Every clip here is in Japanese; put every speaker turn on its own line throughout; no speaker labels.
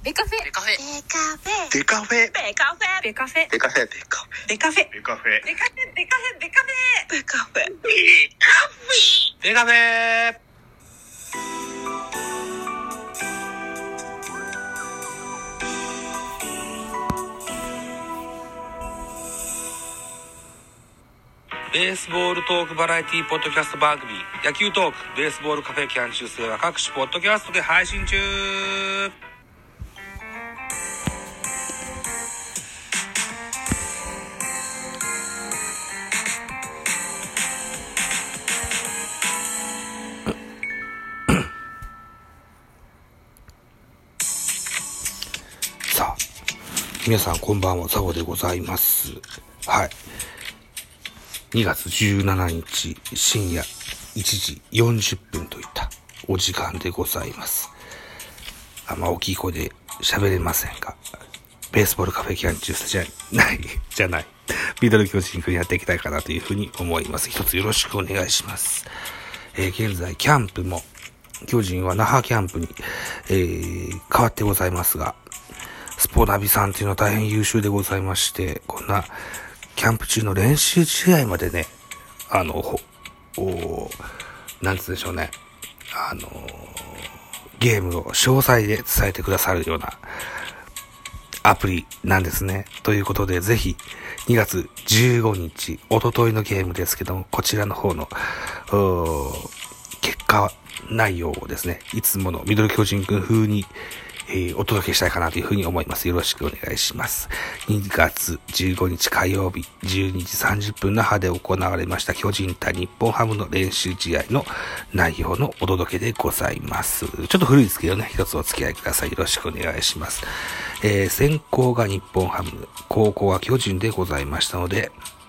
ベカフェ。
ベカフェ。
ベカフェ。
ベカフェ。ベカフェ。
ベカフェ。ベカフェ。
ベカフェ。
ベカフェ。
ベカフェ。ベカフェ。ベカフェ。ベカフェ。ベカフェ。
ベカフェ。
ベースボールトークバラエティポッドキャスト番組野球トークベースボールカフェキャン中世は各種ポッドキャストで配信中。さあ皆さんこんばんは、ザボでございます。はい、2月17日深夜1時40分といったお時間でございます。大きい声で喋れませんが、ベースボールカフェキャン中世じゃないミドル巨人くんやっていきたいかなというふうに思います。一つよろしくお願いします。現在キャンプも巨人は那覇キャンプに、変わってございますが、スポナビさんというのは大変優秀でございまして、こんなキャンプ中の練習試合までね、なんつうんでしょうね、ゲームを詳細で伝えてくださるようなアプリなんですね。ということで、ぜひ2月15日、一昨日のゲームですけども、こちらの方の結果内容をですね、いつものミドル巨人くん風にお届けしたいかなというふうに思います。よろしくお願いします。2月15日火曜日12時30分那覇で行われました巨人対日本ハムの練習試合の内容のお届けでございます。ちょっと古いですけどね、一つお付き合いください。よろしくお願いします。先行が日本ハム、後攻が巨人でございましたので、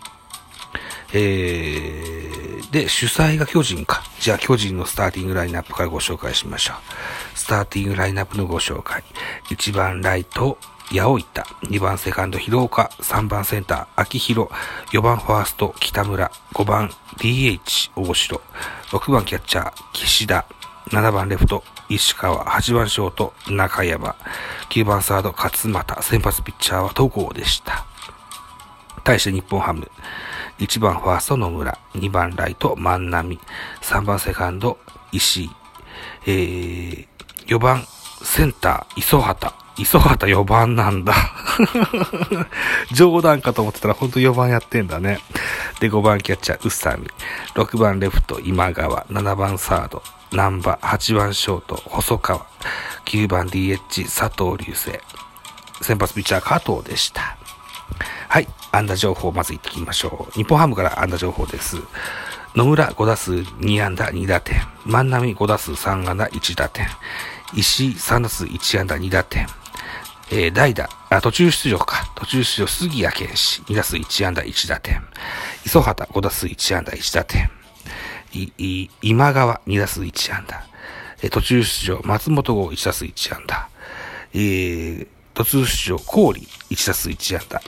で、主催が巨人か。じゃあ巨人のスターティングラインナップからご紹介しましょう。スターティングラインナップのご紹介。1番ライト、八百板。2番セカンド、廣岡。3番センター、秋広。4番ファースト、北村。5番 DH、大城。6番キャッチャー、岸田。7番レフト、石川。8番ショート、中山。9番サード、勝俣。先発ピッチャーは戸郷でした。対して日本ハム。1番ファースト野村、2番ライト万波、3番セカンド石井、4番センター磯畑4番なんだ冗談かと思ってたら本当4番やってんだね。で5番キャッチャー宇佐美、6番レフト今川、7番サード難波、8番ショート細川、9番 DH 佐藤龍成、先発ピッチャー加藤でした。はい、安打情報をまず言ってきましょう。日本ハムから安打情報です。野村5打数2安打2打点。万波5打数3安打1打点。石井3打数1安打2打点。代打、途中出場、杉谷拳士2打数1安打1打点。磯畑5打数1安打1打点。今川2打数1安打。途中出場、松本剛1打数1安打。途中出場、郡1打数1安打。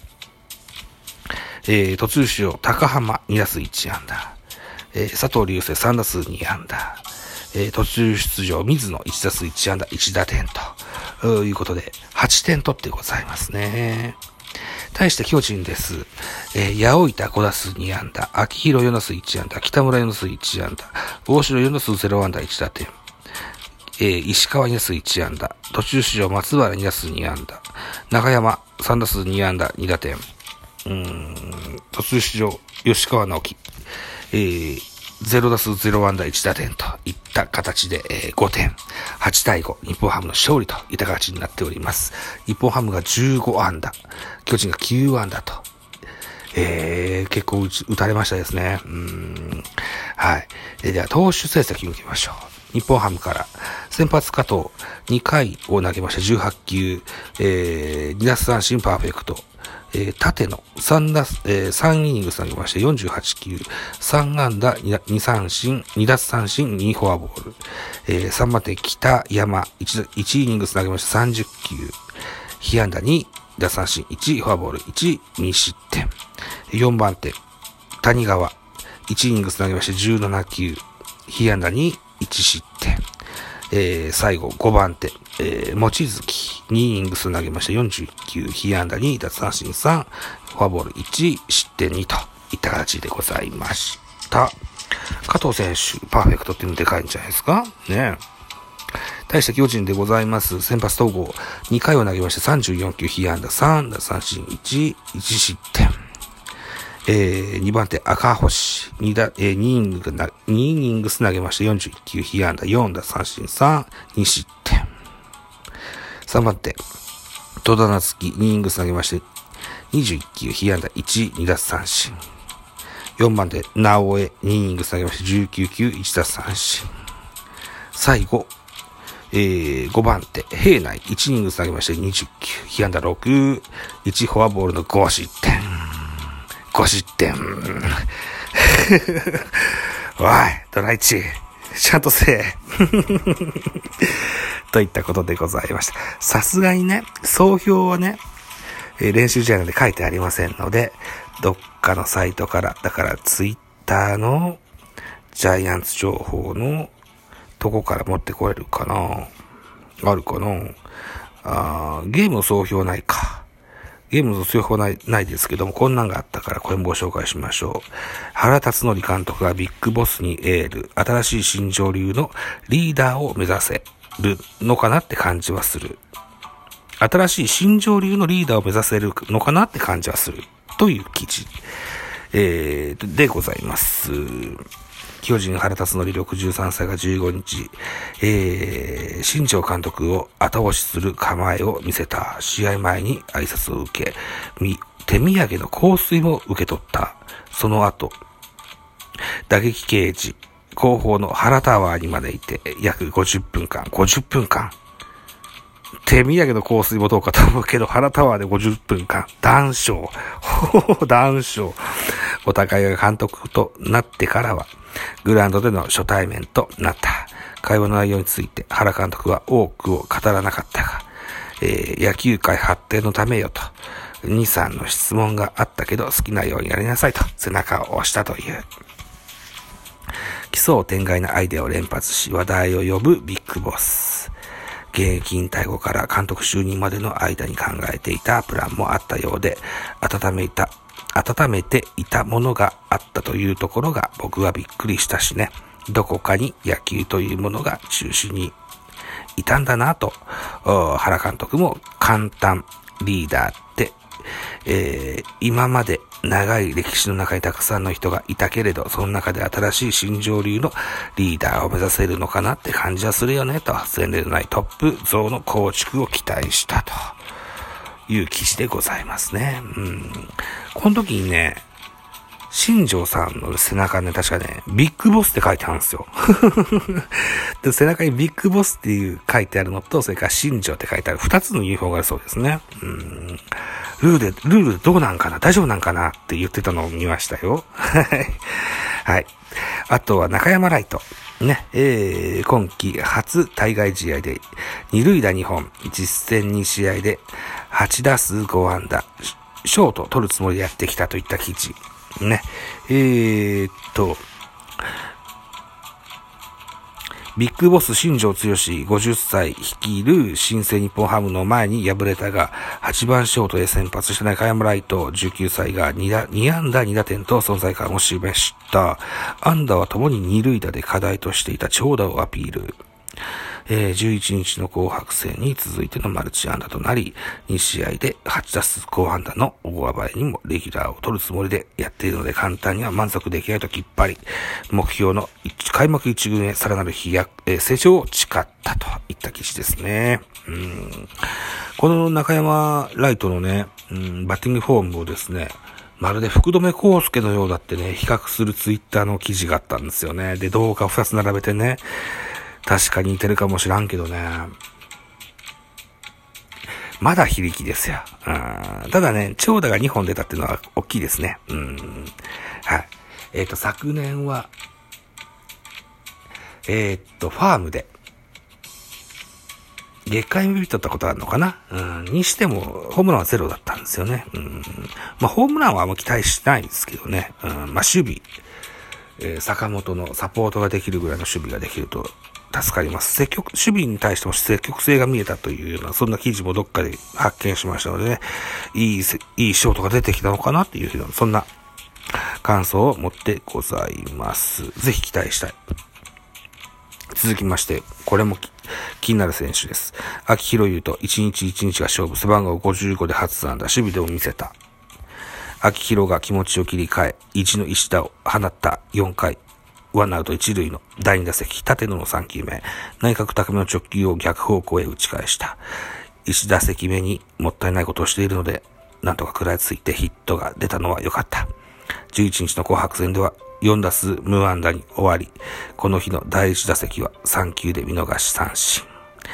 途中出場、高浜2打数1安打。佐藤龍成3打数2安打。途中出場、水野1打数1安打1打点ということで、8点取ってございますね。対して巨人です。八百板5打数2安打。秋広4打数1安打。北村4打数1安打。大城4打数0安打1打点。石川2打数1安打。途中出場、松原2打数2安打。中山3打数2安打2打点。途中出場、吉川直樹、0打数0安打1打点といった形で、5点、8対5、日本ハムの勝利といった形になっております。日本ハムが15安打、巨人が9安打と、結構打たれましたですね。はい。では、投手成績を見てみましょう。日本ハムから、先発加藤、2回を投げました18球、2奪三振パーフェクト。縦の3イニング投げまして48球、3安打、2三振、2奪三振、2フォアボール。3番手北山、1イニング投げまして30球、被安打2、奪三振1、フォアボール1、2失点。4番手谷川、1イニング投げまして17球、被安打2、1失点。 最後5番手、望月2イニングス投げまして49被安打2奪三振3フォアボール1失点2といった形でございました。加藤選手パーフェクトっていうのでかいんじゃないですかね。対して巨人でございます。先発統合2回を投げまして34球被安打3奪三振1失点。2番手赤星2イニングス投げまして41球被安打4奪三振3、2失点。3番手戸田夏樹2イニングス投げまして21球被安打1、2奪三振。4番手直江2イニングス投げまして19球1奪三振。最後、5番手平内1イニングス投げまして20球被安打6、1フォアボールの5失点。5失点。おい、ドラ1、ちゃんとせえ。といったことでございました。さすがにね、総評はね、練習試合なんで書いてありませんので、どっかのサイトから、だからツイッターのジャイアンツ情報のとこから持ってこれるかな？あるかな？ゲームの総評ないか。ゲームの総評ないですけども、こんなんがあったからこれもご紹介しましょう。原辰徳監督がビッグボスにエール、新しい新庄流のリーダーを目指せるのかなって感じはする。新しい新庄流のリーダーを目指せるのかなって感じはする。という記事、でございます。巨人原辰徳63歳が15日、新庄監督を後押しする構えを見せた。試合前に挨拶を受け、手土産の香水も受け取った。その後、打撃刑事後方の原タワーに招いて約50分間、手土産の香水もどうかと思うけど、原タワーで50分間、談笑。お互いが監督となってからは、グラウンドでの初対面となった。会話の内容について原監督は多くを語らなかったが、野球界発展のためよと、2、3の質問があったけど好きなようにやりなさいと背中を押したという。奇想天外なアイデアを連発し話題を呼ぶビッグボス。現役引退後から監督就任までの間に考えていたプランもあったようで、温めていたものがあったというところが僕はびっくりしたしね。どこかに野球というものが中心にいたんだなと。原監督も簡単リーダーって、今まで長い歴史の中にたくさんの人がいたけれど、その中で新しい新庄流のリーダーを目指せるのかなって感じはするよねと、前例のないトップ像の構築を期待したという記事でございますね。この時にね、新庄さんの背中ね、確かね、ビッグボスって書いてあるんですよ。で、背中にビッグボスっていう書いてあるのと、それから新庄って書いてある2つのユニフォームがあるそうですね。ルールどうなんかな、大丈夫なんかなって言ってたのを見ましたよ。はい。あとは中山ライト。ね、今季初対外試合で二塁打2本、実戦2試合で8打数5安打、ショート取るつもりでやってきたといった記事。ね。ビッグボス新庄剛志50歳率いる新生日本ハムの前に敗れたが、8番ショートで先発した中山ライト19歳が2安打2打点と存在感を示した。安打は共に二塁打で課題としていた長打をアピール。11日の紅白戦に続いてのマルチ安打となり、2試合で8打数5安打の大暴れにもレギュラーを取るつもりでやっているので簡単には満足できないときっぱり、目標の開幕1軍へさらなる成長を誓ったといった記事ですね。この中山ライトのね、バッティングフォームをですね、まるで福留孝介のようだってね、比較するツイッターの記事があったんですよね。で、動画を2つ並べてね、確かに似てるかもしらんけどね。まだ非力ですよ。ただね、長打が2本出たっていうのは大きいですね。はい。昨年は、ファームで、月間 MVP 取ったことあるのかな。にしても、ホームランはゼロだったんですよね。ホームランはあんま期待しないんですけどね。守備、坂本のサポートができるぐらいの守備ができると助かります。守備に対しても積極性が見えたというような、そんな記事もどっかで発見しましたのでね、いいショートが出てきたのかなっていう、そんな感想を持ってございます。ぜひ期待したい。続きまして、これも気になる選手です。秋広優と一日一日が勝負、背番号55で初安打、守備でも見せた。秋広が気持ちを切り替え、意地の一打を放った4回、ワンアウト一塁の第2打席、立野の3球目、内角高めの直球を逆方向へ打ち返した。1打席目にもったいないことをしているので、なんとか食らいついてヒットが出たのは良かった。11日の紅白戦では4打数無安打に終わり、この日の第1打席は3球で見逃し三振。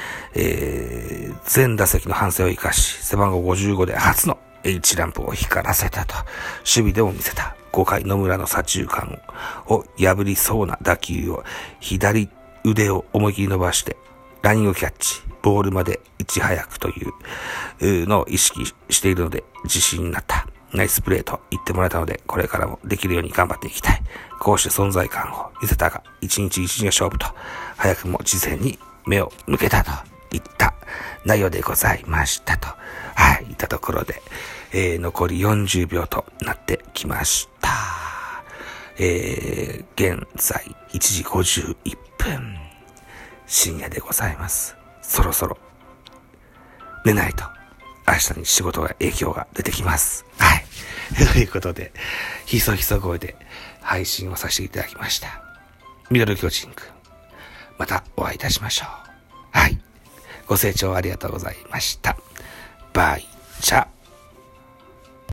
全打席の反省を生かし、背番号55で初のH ランプを光らせたと、守備でも見せた。5回野村の左中間を破りそうな打球を左腕を思い切り伸ばしてラインをキャッチ、ボールまでいち早くというのを意識しているので自信になった。ナイスプレーと言ってもらえたので、これからもできるように頑張っていきたい。こうして存在感を見せたが、一日一日が勝負と、早くも事前に目を向けたといった内容でございましたと。はい、いったところで、残り40秒となってきました。現在1時51分。深夜でございます。そろそろ寝ないと明日に仕事が影響が出てきます。はい。ということで、ひそひそ声で配信をさせていただきました。ミドル巨人くん。またお会いいたしましょう。はい。ご清聴ありがとうございました。バイチャ。